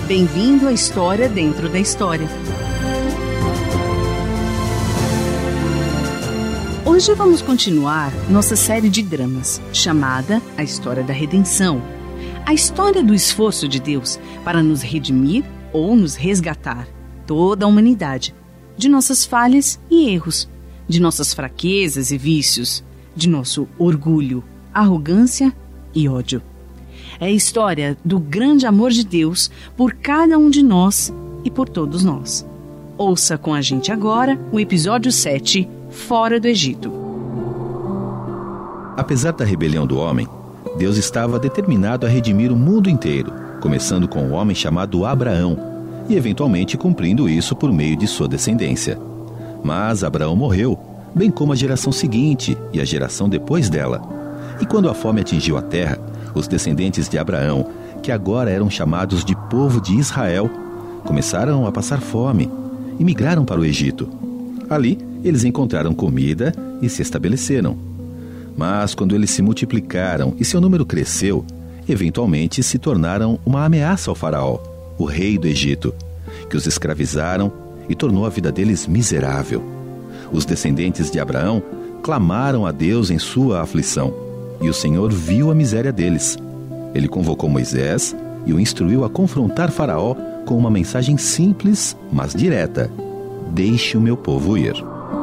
Bem-vindo à História Dentro da História. Hoje vamos continuar nossa série de dramas, chamada A História da Redenção. A história do esforço de Deus para nos redimir ou nos resgatar, toda a humanidade, de nossas falhas e erros, de nossas fraquezas e vícios, de nosso orgulho, arrogância e ódio. É a história do grande amor de Deus por cada um de nós e por todos nós. Ouça com a gente agora o episódio 7, Fora do Egito. Apesar da rebelião do homem, Deus estava determinado a redimir o mundo inteiro, começando com um homem chamado Abraão, e eventualmente cumprindo isso por meio de sua descendência. Mas Abraão morreu, bem como a geração seguinte e a geração depois dela. E quando a fome atingiu a terra, os descendentes de Abraão, que agora eram chamados de povo de Israel, começaram a passar fome e migraram para o Egito. Ali, eles encontraram comida e se estabeleceram. Mas quando eles se multiplicaram e seu número cresceu, eventualmente se tornaram uma ameaça ao faraó, o rei do Egito, que os escravizaram e tornou a vida deles miserável. Os descendentes de Abraão clamaram a Deus em sua aflição, e o Senhor viu a miséria deles. Ele convocou Moisés e o instruiu a confrontar Faraó com uma mensagem simples, mas direta: deixe o meu povo ir.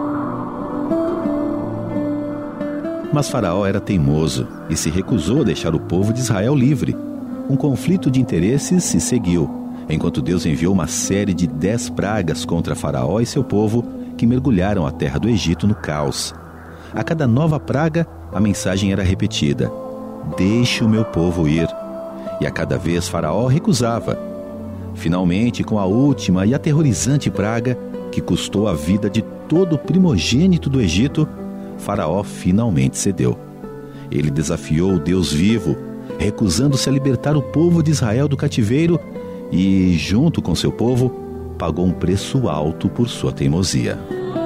Mas Faraó era teimoso e se recusou a deixar o povo de Israel livre. Um conflito de interesses se seguiu, enquanto Deus enviou uma série de 10 pragas contra Faraó e seu povo, que mergulharam a terra do Egito no caos. A cada nova praga, a mensagem era repetida: deixe o meu povo ir. E a cada vez Faraó recusava. Finalmente, com a última e aterrorizante praga, que custou a vida de todo o primogênito do Egito, Faraó finalmente cedeu. Ele desafiou o Deus vivo, recusando-se a libertar o povo de Israel do cativeiro e, junto com seu povo, pagou um preço alto por sua teimosia.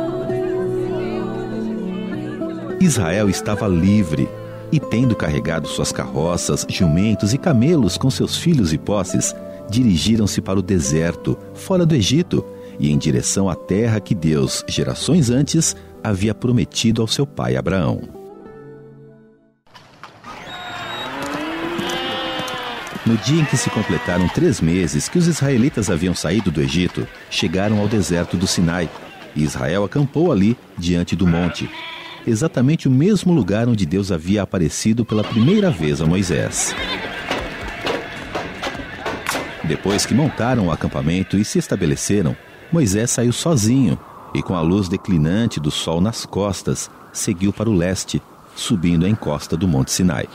Israel estava livre e, tendo carregado suas carroças, jumentos e camelos com seus filhos e posses, dirigiram-se para o deserto, fora do Egito, e em direção à terra que Deus, gerações antes, havia prometido ao seu pai Abraão. No dia em que se completaram 3 meses que os israelitas haviam saído do Egito, chegaram ao deserto do Sinai, e Israel acampou ali, diante do monte, exatamente o mesmo lugar onde Deus havia aparecido pela primeira vez a Moisés. Depois que montaram o acampamento e se estabeleceram, Moisés saiu sozinho e, com a luz declinante do sol nas costas, seguiu para o leste, subindo a encosta do Monte Sinai.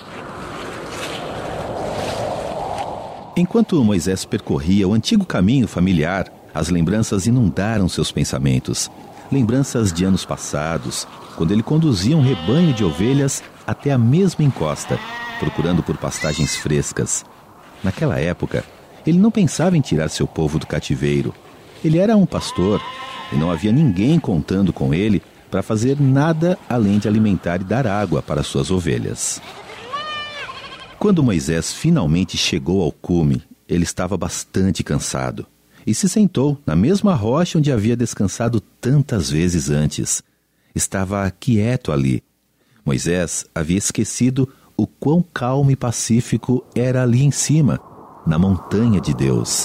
Enquanto Moisés percorria o antigo caminho familiar, as lembranças inundaram seus pensamentos. Lembranças de anos passados, quando ele conduzia um rebanho de ovelhas até a mesma encosta, procurando por pastagens frescas. Naquela época, ele não pensava em tirar seu povo do cativeiro. Ele era um pastor e não havia ninguém contando com ele para fazer nada além de alimentar e dar água para suas ovelhas. Quando Moisés finalmente chegou ao cume, ele estava bastante cansado e se sentou na mesma rocha onde havia descansado tantas vezes antes. Estava quieto ali. Moisés havia esquecido o quão calmo e pacífico era ali em cima, na montanha de Deus.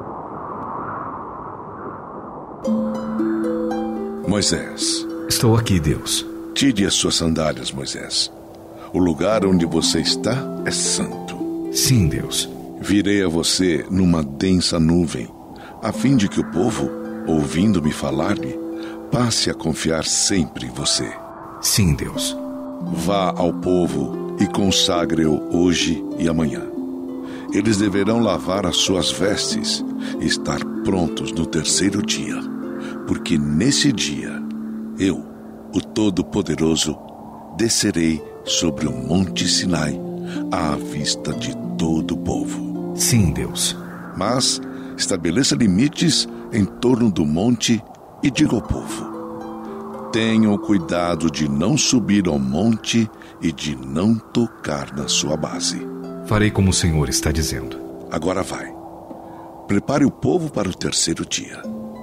Moisés. Estou aqui, Deus. Tire as suas sandálias, Moisés. O lugar onde você está é santo. Sim, Deus. Virei a você numa densa nuvem, a fim de que o povo, ouvindo-me falar-lhe, passe a confiar sempre em você. Sim, Deus. Vá ao povo e consagre-o hoje e amanhã. Eles deverão lavar as suas vestes e estar prontos no 3º dia, porque nesse dia, eu, o Todo-Poderoso, descerei sobre o Monte Sinai, à vista de todo o povo. Sim, Deus. Mas estabeleça limites em torno do monte e diga ao povo: tenham cuidado de não subir ao monte e de não tocar na sua base. Farei como o Senhor está dizendo. Agora vai. Prepare o povo para o terceiro dia.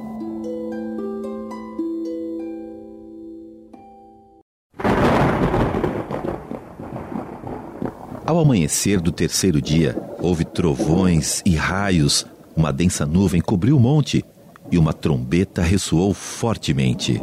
Ao amanhecer do terceiro dia, houve trovões e raios, uma densa nuvem cobriu o monte e uma trombeta ressoou fortemente.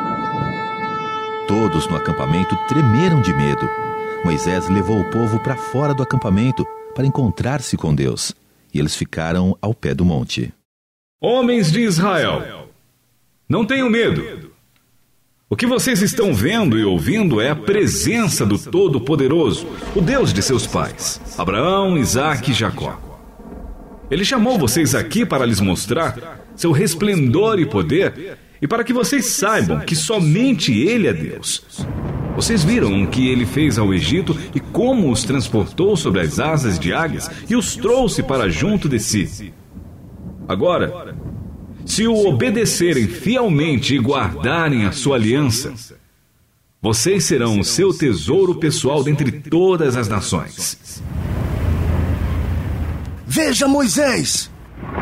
Todos no acampamento tremeram de medo. Moisés levou o povo para fora do acampamento para encontrar-se com Deus, e eles ficaram ao pé do monte. Homens de Israel, não tenham medo. O que vocês estão vendo e ouvindo é a presença do Todo-Poderoso, o Deus de seus pais, Abraão, Isaque e Jacó. Ele chamou vocês aqui para lhes mostrar seu resplendor e poder e para que vocês saibam que somente Ele é Deus. Vocês viram o que Ele fez ao Egito e como os transportou sobre as asas de águias e os trouxe para junto de si. Agora, se o obedecerem fielmente e guardarem a sua aliança, vocês serão o seu tesouro pessoal dentre todas as nações. Veja, Moisés!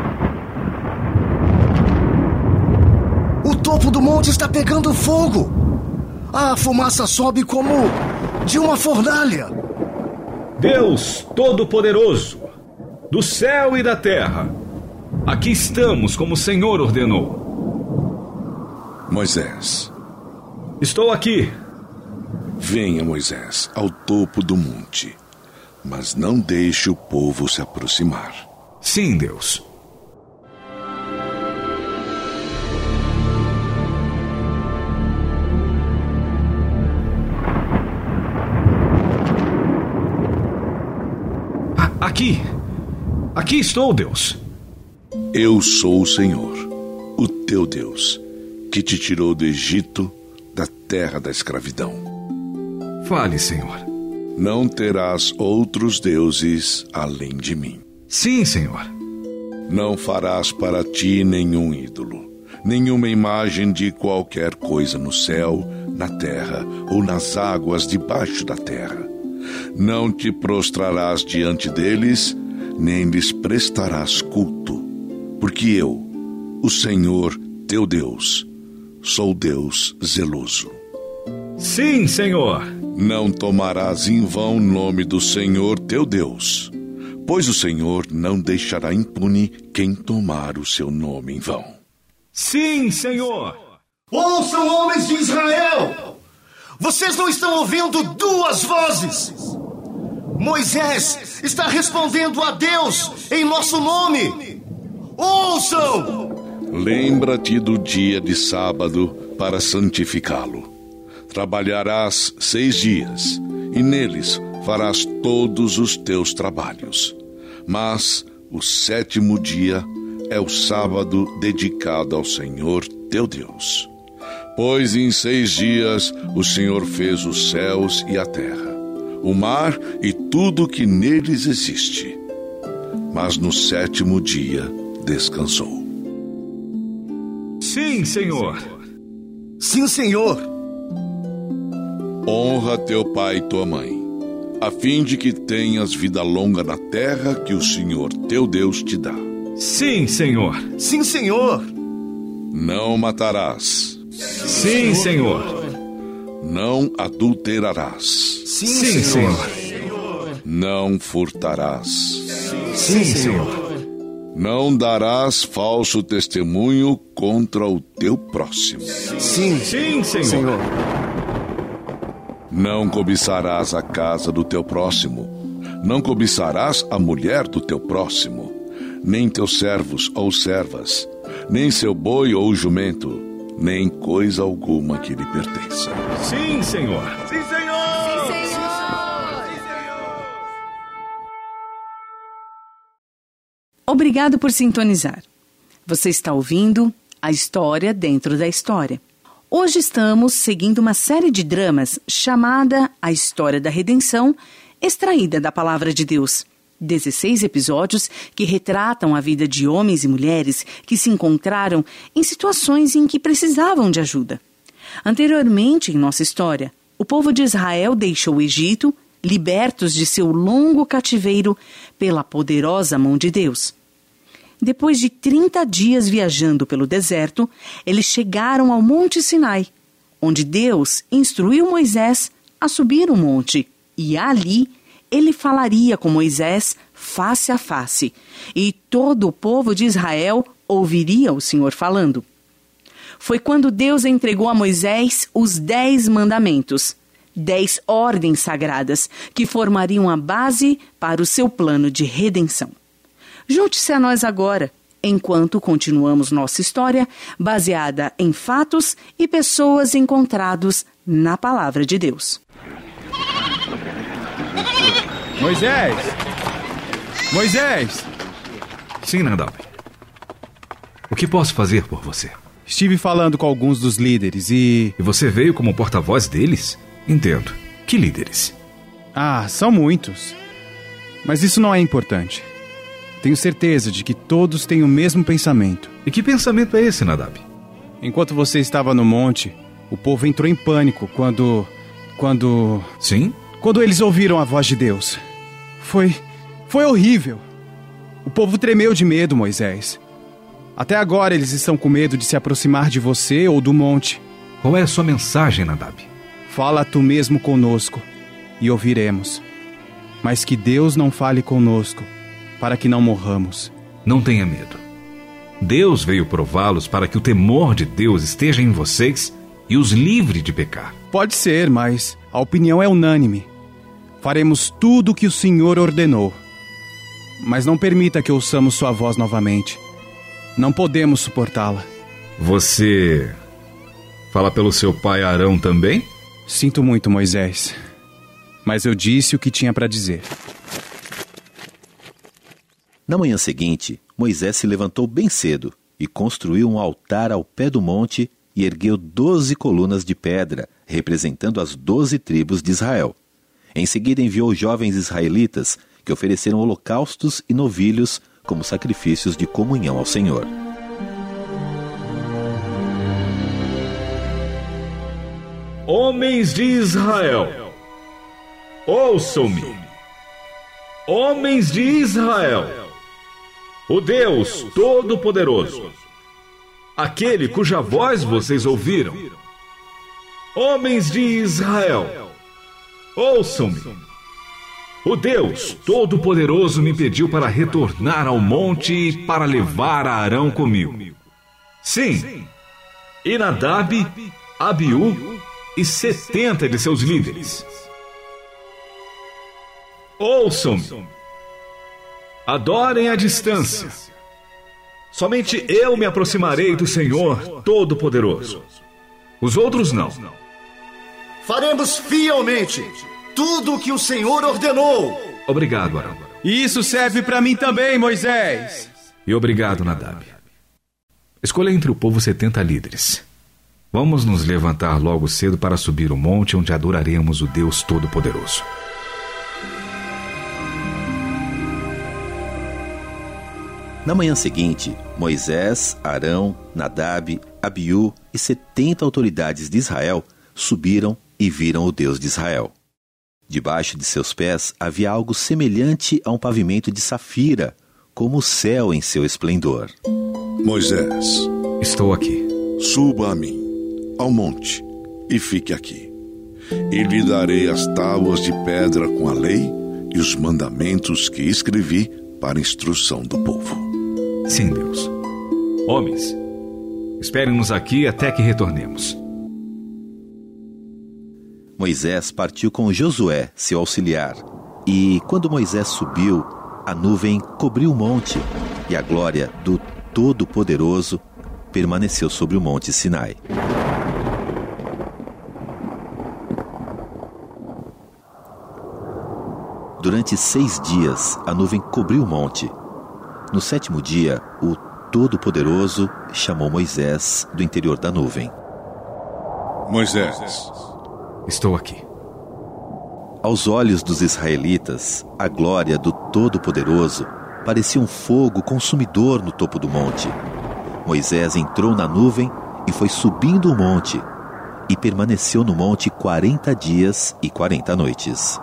O topo do monte está pegando fogo. A fumaça sobe como de uma fornalha. Deus Todo-Poderoso, do céu e da terra, aqui estamos como o Senhor ordenou. Moisés. Estou aqui. Venha, Moisés, ao topo do monte, mas não deixe o povo se aproximar. Sim, Deus. Aqui estou, Deus. Eu sou o Senhor, o teu Deus, que te tirou do Egito, da terra da escravidão. Fale, Senhor. Não terás outros deuses além de mim. Sim, Senhor. Não farás para ti nenhum ídolo, nenhuma imagem de qualquer coisa no céu, na terra ou nas águas debaixo da terra. Não te prostrarás diante deles, nem lhes prestarás culto, porque eu, o Senhor, teu Deus, sou Deus zeloso. Sim, Senhor. Não tomarás em vão o nome do Senhor, teu Deus, pois o Senhor não deixará impune quem tomar o seu nome em vão. Sim, Senhor. Ouçam, homens de Israel! Vocês não estão ouvindo duas vozes? Moisés está respondendo a Deus em nosso nome. Ouçam! Lembra-te do dia de sábado para santificá-lo. Trabalharás 6 dias, e neles farás todos os teus trabalhos. Mas o 7º dia é o sábado dedicado ao Senhor teu Deus. Pois em 6 dias o Senhor fez os céus e a terra, o mar e tudo que neles existe. Mas no 7º dia descansou. Sim, Senhor. Sim, Senhor. Honra teu pai e tua mãe, a fim de que tenhas vida longa na terra que o Senhor teu Deus te dá. Sim, Senhor. Sim, Senhor. Não matarás. Sim, Senhor. Não adulterarás. Sim, Senhor. Não furtarás. Sim, Senhor. Não darás falso testemunho contra o teu próximo. Sim, Senhor. Não cobiçarás a casa do teu próximo. Não cobiçarás a mulher do teu próximo, nem teus servos ou servas, nem seu boi ou jumento, nem coisa alguma que lhe pertença. Sim, Senhor. Sim, Senhor. Obrigado por sintonizar. Você está ouvindo a história dentro da história. Hoje estamos seguindo uma série de dramas chamada A História da Redenção, extraída da Palavra de Deus. 16 episódios que retratam a vida de homens e mulheres que se encontraram em situações em que precisavam de ajuda. Anteriormente, em nossa história, o povo de Israel deixou o Egito, libertos de seu longo cativeiro pela poderosa mão de Deus. Depois de 30 dias viajando pelo deserto, eles chegaram ao Monte Sinai, onde Deus instruiu Moisés a subir o monte, e ali ele falaria com Moisés face a face, e todo o povo de Israel ouviria o Senhor falando. Foi quando Deus entregou a Moisés os 10 mandamentos, 10 ordens sagradas, que formariam a base para o seu plano de redenção. Junte-se a nós agora, enquanto continuamos nossa história baseada em fatos e pessoas encontrados na Palavra de Deus. Moisés! Moisés! Sim, Nadab. O que posso fazer por você? Estive falando com alguns dos líderes e... E você veio como porta-voz deles? Entendo. Que líderes? São muitos. Mas isso não é importante. Tenho certeza de que todos têm o mesmo pensamento. E que pensamento é esse, Nadab? Enquanto você estava no monte, o povo entrou em pânico quando... Sim? Quando eles ouviram a voz de Deus. Foi horrível. O povo tremeu de medo, Moisés. Até agora eles estão com medo de se aproximar de você ou do monte. Qual é a sua mensagem, Nadab? Fala tu mesmo conosco e ouviremos. Mas que Deus não fale conosco, para que não morramos. Não tenha medo. Deus veio prová-los para que o temor de Deus esteja em vocês e os livre de pecar. Pode ser, mas a opinião é unânime. Faremos tudo o que o Senhor ordenou. Mas não permita que ouçamos sua voz novamente. Não podemos suportá-la. Você fala pelo seu pai Arão também? Sinto muito, Moisés. Mas eu disse o que tinha para dizer. Na manhã seguinte, Moisés se levantou bem cedo e construiu um altar ao pé do monte e ergueu 12 colunas de pedra, representando as 12 tribos de Israel. Em seguida enviou jovens israelitas que ofereceram holocaustos e novilhos como sacrifícios de comunhão ao Senhor. Homens de Israel, ouçam-me. Homens de Israel, o Deus Todo-Poderoso, aquele cuja voz vocês ouviram. Homens de Israel, ouçam-me. O Deus Todo-Poderoso me pediu para retornar ao monte e para levar a Arão comigo. Sim, e Nadab, Abiú e 70 de seus líderes. Ouçam-me. Adorem à distância. Somente eu me aproximarei do Senhor Todo-Poderoso. Os outros não. Faremos fielmente tudo o que o Senhor ordenou. Obrigado, Arão. E isso serve para mim também, Moisés. E obrigado, Nadab. Escolha entre o povo 70 líderes. Vamos nos levantar logo cedo para subir o monte onde adoraremos o Deus Todo-Poderoso. Na manhã seguinte, Moisés, Arão, Nadab, Abiú e 70 autoridades de Israel subiram e viram o Deus de Israel. Debaixo de seus pés havia algo semelhante a um pavimento de safira, como o céu em seu esplendor. Moisés, Estou aqui. suba a mim, ao monte, e fique aqui. E lhe darei as tábuas de pedra com a lei e os mandamentos que escrevi para instrução do povo. Sim, Deus. Homens, esperem-nos aqui até que retornemos. Moisés partiu com Josué, seu auxiliar, e quando Moisés subiu, a nuvem cobriu o monte, e a glória do Todo-Poderoso permaneceu sobre o monte Sinai. Durante 6 dias, a nuvem cobriu o monte. No 7º dia, o Todo-Poderoso chamou Moisés do interior da nuvem. Moisés, Estou aqui. Aos olhos dos israelitas, a glória do Todo-Poderoso parecia um fogo consumidor no topo do monte. Moisés entrou na nuvem e foi subindo o monte, e permaneceu no monte 40 dias e 40 noites.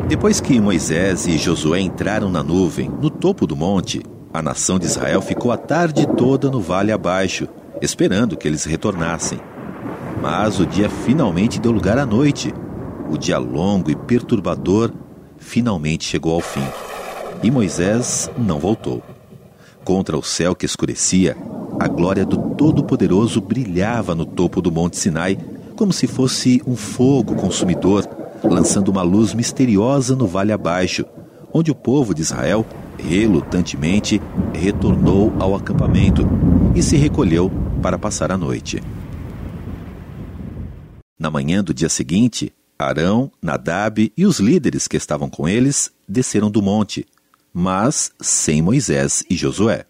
Depois que Moisés e Josué entraram na nuvem, no topo do monte, a nação de Israel ficou a tarde toda no vale abaixo, esperando que eles retornassem. Mas o dia finalmente deu lugar à noite. O dia longo e perturbador finalmente chegou ao fim. E Moisés não voltou. Contra o céu que escurecia, a glória do Todo-Poderoso brilhava no topo do Monte Sinai, como se fosse um fogo consumidor, lançando uma luz misteriosa no vale abaixo, onde o povo de Israel, relutantemente, retornou ao acampamento e se recolheu para passar a noite. Na manhã do dia seguinte, Arão, Nadab e os líderes que estavam com eles desceram do monte, mas sem Moisés e Josué.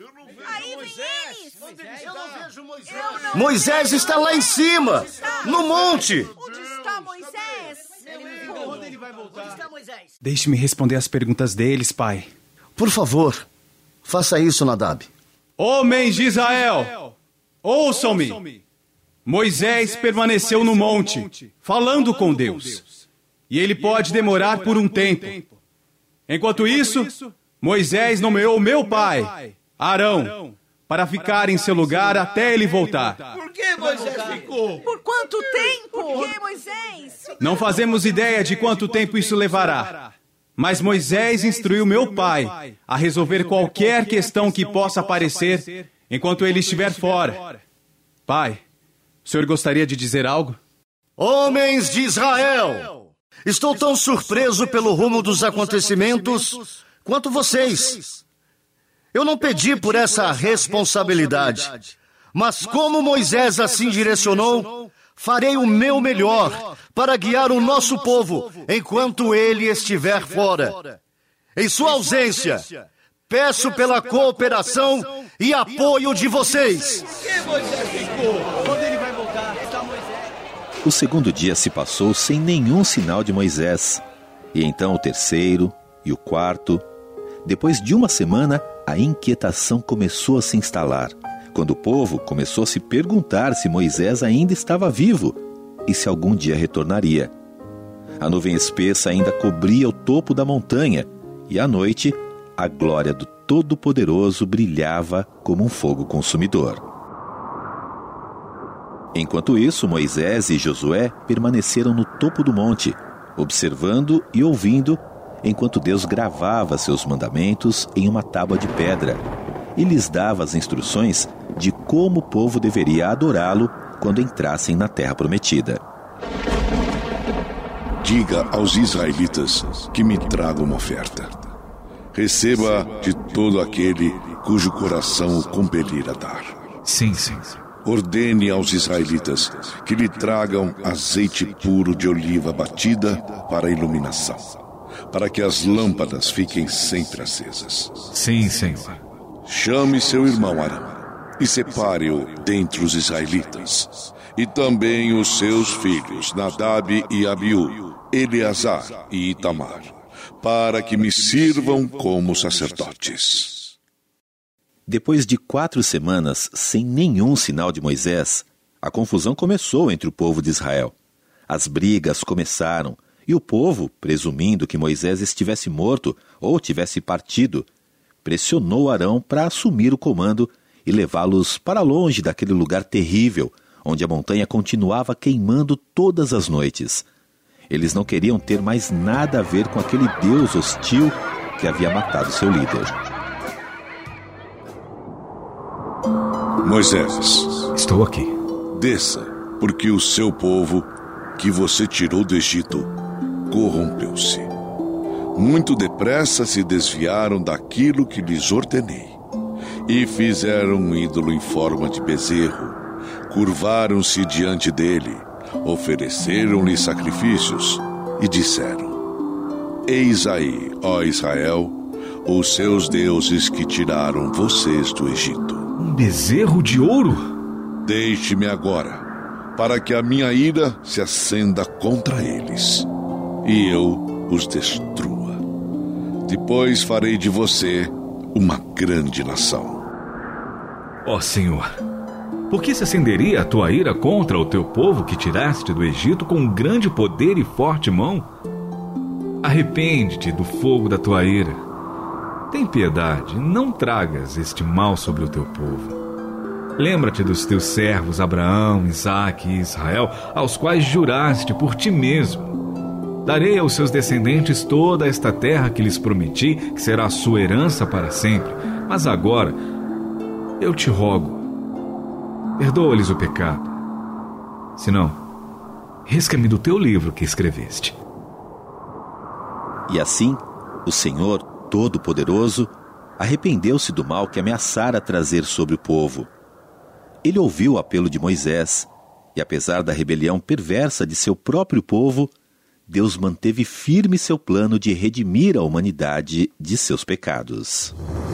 Moisés está lá em cima, no monte. Onde está Moisés? Onde ele vai voltar? Onde está Moisés? Deixe-me responder as perguntas deles, pai. Por favor, faça isso, Nadab. Homens de Israel, ouçam-me. Moisés permaneceu no monte, falando com Deus. E ele pode demorar por um tempo. Enquanto isso, Moisés nomeou meu pai, Arão, para ficar em seu lugar até ele voltar. Por que Moisés ficou? Por quanto tempo? Por que Moisés? Não fazemos ideia de quanto tempo isso levará. Mas Moisés instruiu meu pai a resolver qualquer questão que possa aparecer enquanto ele estiver fora. Pai, o senhor gostaria de dizer algo? Homens de Israel, estou tão surpreso pelo rumo dos acontecimentos quanto vocês. Eu não pedi por essa responsabilidade, mas como Moisés assim direcionou, farei o meu melhor para guiar o nosso povo enquanto ele estiver fora. Em sua ausência, peço pela cooperação e apoio de vocês. Por que Moisés ficou? Quando ele vai voltar? Está Moisés. O segundo dia se passou sem nenhum sinal de Moisés. E então o terceiro e o quarto. Depois de uma semana, a inquietação começou a se instalar, quando o povo começou a se perguntar se Moisés ainda estava vivo e se algum dia retornaria. A nuvem espessa ainda cobria o topo da montanha e à noite a glória do Todo-Poderoso brilhava como um fogo consumidor. Enquanto isso, Moisés e Josué permaneceram no topo do monte, observando e ouvindo, enquanto Deus gravava seus mandamentos em uma tábua de pedra e lhes dava as instruções de como o povo deveria adorá-lo quando entrassem na terra prometida. Diga aos israelitas que me tragam uma oferta. Receba de todo aquele cujo coração o compelir a dar. Sim, sim. Ordene aos israelitas que lhe tragam azeite puro de oliva batida para a iluminação, para que as lâmpadas fiquem sempre acesas. Sim, Senhor. Chame seu irmão Arão e separe-o dentre os israelitas, e também os seus filhos Nadab e Abiú, Eleazar e Itamar, para que me sirvam como sacerdotes. Depois de 4 semanas sem nenhum sinal de Moisés, a confusão começou entre o povo de Israel. As brigas começaram e o povo, presumindo que Moisés estivesse morto ou tivesse partido, pressionou Arão para assumir o comando e levá-los para longe daquele lugar terrível, onde a montanha continuava queimando todas as noites. Eles não queriam ter mais nada a ver com aquele Deus hostil que havia matado seu líder. Moisés, Estou aqui. desça, porque o seu povo, que você tirou do Egito, corrompeu-se. Muito depressa se desviaram daquilo que lhes ordenei, e fizeram um ídolo em forma de bezerro, curvaram-se diante dele, ofereceram-lhe sacrifícios e disseram: Eis aí, ó Israel, os seus deuses que tiraram vocês do Egito. Um bezerro de ouro? Deixe-me agora, para que a minha ira se acenda contra eles, e eu os destrua. Depois farei de você uma grande nação. Ó Senhor, por que se acenderia a tua ira contra o teu povo que tiraste do Egito com grande poder e forte mão? arrepende-te do fogo da tua ira. Tem piedade, não tragas este mal sobre o teu povo. Lembra-te dos teus servos Abraão, Isaque e Israel, aos quais juraste por ti mesmo. Darei aos seus descendentes toda esta terra que lhes prometi, que será a sua herança para sempre. Mas agora, eu te rogo, perdoa-lhes o pecado. Senão, risca-me do teu livro que escreveste. E assim, o Senhor Todo-Poderoso arrependeu-se do mal que ameaçara trazer sobre o povo. Ele ouviu o apelo de Moisés, e apesar da rebelião perversa de seu próprio povo, Deus manteve firme seu plano de redimir a humanidade de seus pecados.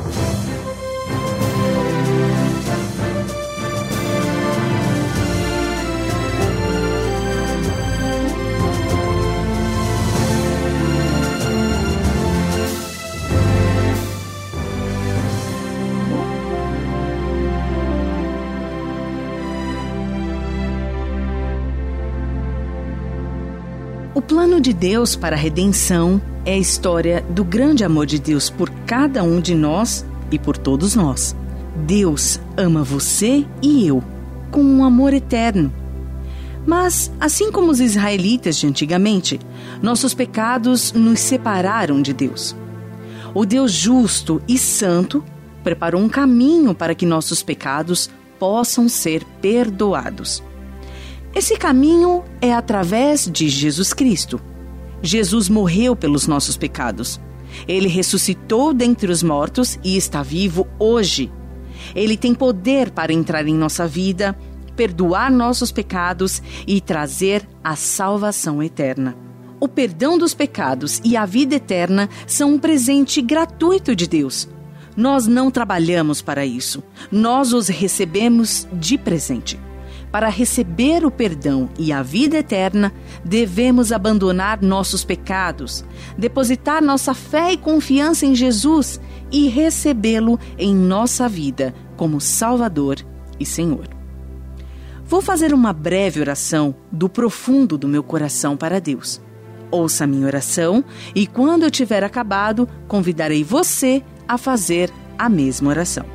O plano de Deus para a redenção é a história do grande amor de Deus por cada um de nós e por todos nós. Deus ama você e eu com um amor eterno. Mas, assim como os israelitas de antigamente, nossos pecados nos separaram de Deus. O Deus justo e santo preparou um caminho para que nossos pecados possam ser perdoados. Esse caminho é através de Jesus Cristo. Jesus morreu pelos nossos pecados. Ele ressuscitou dentre os mortos e está vivo hoje. Ele tem poder para entrar em nossa vida, perdoar nossos pecados e trazer a salvação eterna. O perdão dos pecados e a vida eterna são um presente gratuito de Deus. Nós não trabalhamos para isso. Nós os recebemos de presente. Para receber o perdão e a vida eterna, devemos abandonar nossos pecados, depositar nossa fé e confiança em Jesus e recebê-lo em nossa vida como Salvador e Senhor. Vou fazer uma breve oração do profundo do meu coração para Deus. Ouça a minha oração e, quando eu tiver acabado, convidarei você a fazer a mesma oração.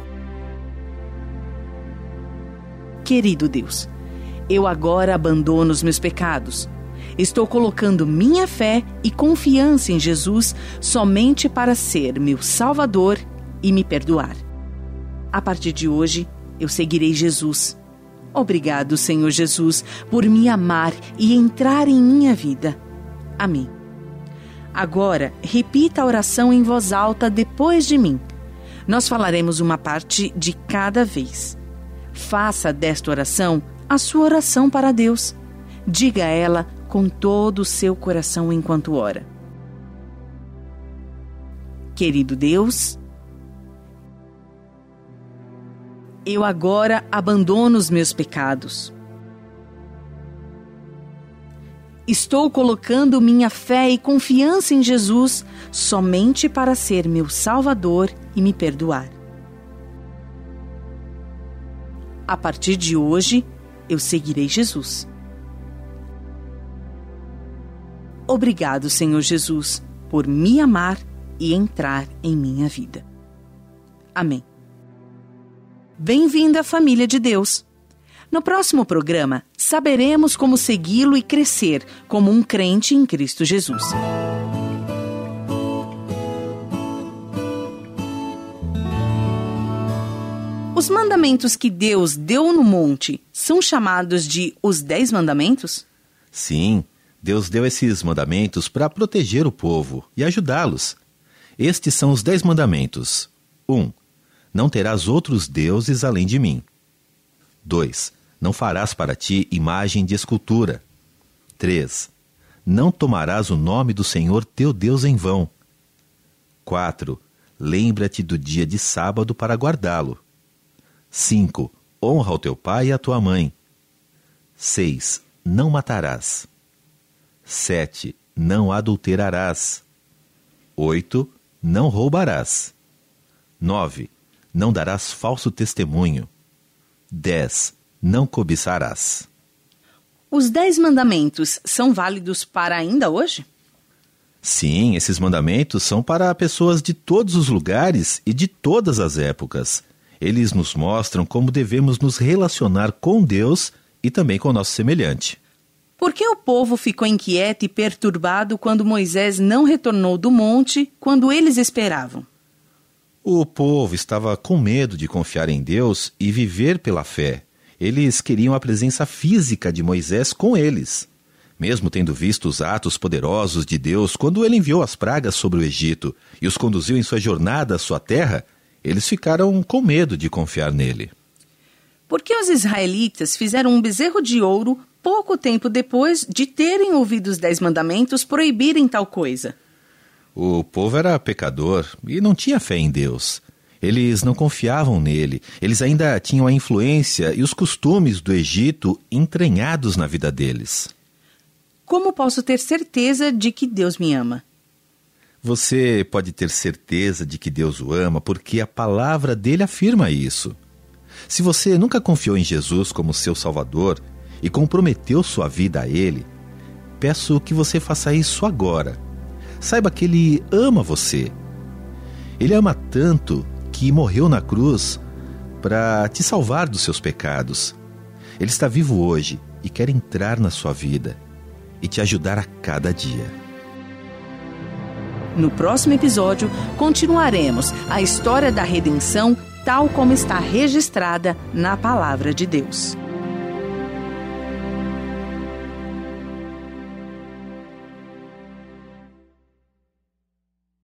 Querido Deus, eu agora abandono os meus pecados. Estou colocando minha fé e confiança em Jesus somente para ser meu Salvador e me perdoar. A partir de hoje, eu seguirei Jesus. Obrigado, Senhor Jesus, por me amar e entrar em minha vida. Amém. Agora, repita a oração em voz alta depois de mim. Nós falaremos uma parte de cada vez. Faça desta oração a sua oração para Deus. Diga ela com todo o seu coração enquanto ora. Querido Deus, eu agora abandono os meus pecados. Estou colocando minha fé e confiança em Jesus somente para ser meu Salvador e me perdoar. A partir de hoje, eu seguirei Jesus. Obrigado, Senhor Jesus, por me amar e entrar em minha vida. Amém. Bem-vindo à família de Deus. No próximo programa, saberemos como segui-lo e crescer como um crente em Cristo Jesus. Os mandamentos que Deus deu no monte são chamados de os 10 mandamentos? Sim, Deus deu esses mandamentos para proteger o povo e ajudá-los. Estes são os 10 mandamentos. 1. Não terás outros deuses além de mim. 2. Não farás para ti imagem de escultura. 3. Não tomarás o nome do Senhor teu Deus em vão. 4. Lembra-te do dia de sábado para guardá-lo. 5. Honra o teu pai e a tua mãe. 6. Não matarás. 7. Não adulterarás. 8. Não roubarás. 9. Não darás falso testemunho. 10. Não cobiçarás. Os 10 mandamentos são válidos para ainda hoje? Sim, esses mandamentos são para pessoas de todos os lugares e de todas as épocas. Eles nos mostram como devemos nos relacionar com Deus e também com o nosso semelhante. Por que o povo ficou inquieto e perturbado quando Moisés não retornou do monte quando eles esperavam? O povo estava com medo de confiar em Deus e viver pela fé. Eles queriam a presença física de Moisés com eles. Mesmo tendo visto os atos poderosos de Deus quando ele enviou as pragas sobre o Egito e os conduziu em sua jornada à sua terra, eles ficaram com medo de confiar nele. Por que os israelitas fizeram um bezerro de ouro pouco tempo depois de terem ouvido os 10 mandamentos proibirem tal coisa? O povo era pecador e não tinha fé em Deus. Eles não confiavam nele. Eles ainda tinham a influência e os costumes do Egito entranhados na vida deles. Como posso ter certeza de que Deus me ama? Você pode ter certeza de que Deus o ama porque a palavra dele afirma isso. Se você nunca confiou em Jesus como seu Salvador e comprometeu sua vida a ele, peço que você faça isso agora. Saiba que ele ama você. Ele ama tanto que morreu na cruz para te salvar dos seus pecados. Ele está vivo hoje e quer entrar na sua vida e te ajudar a cada dia. No próximo episódio, continuaremos a história da redenção tal como está registrada na Palavra de Deus.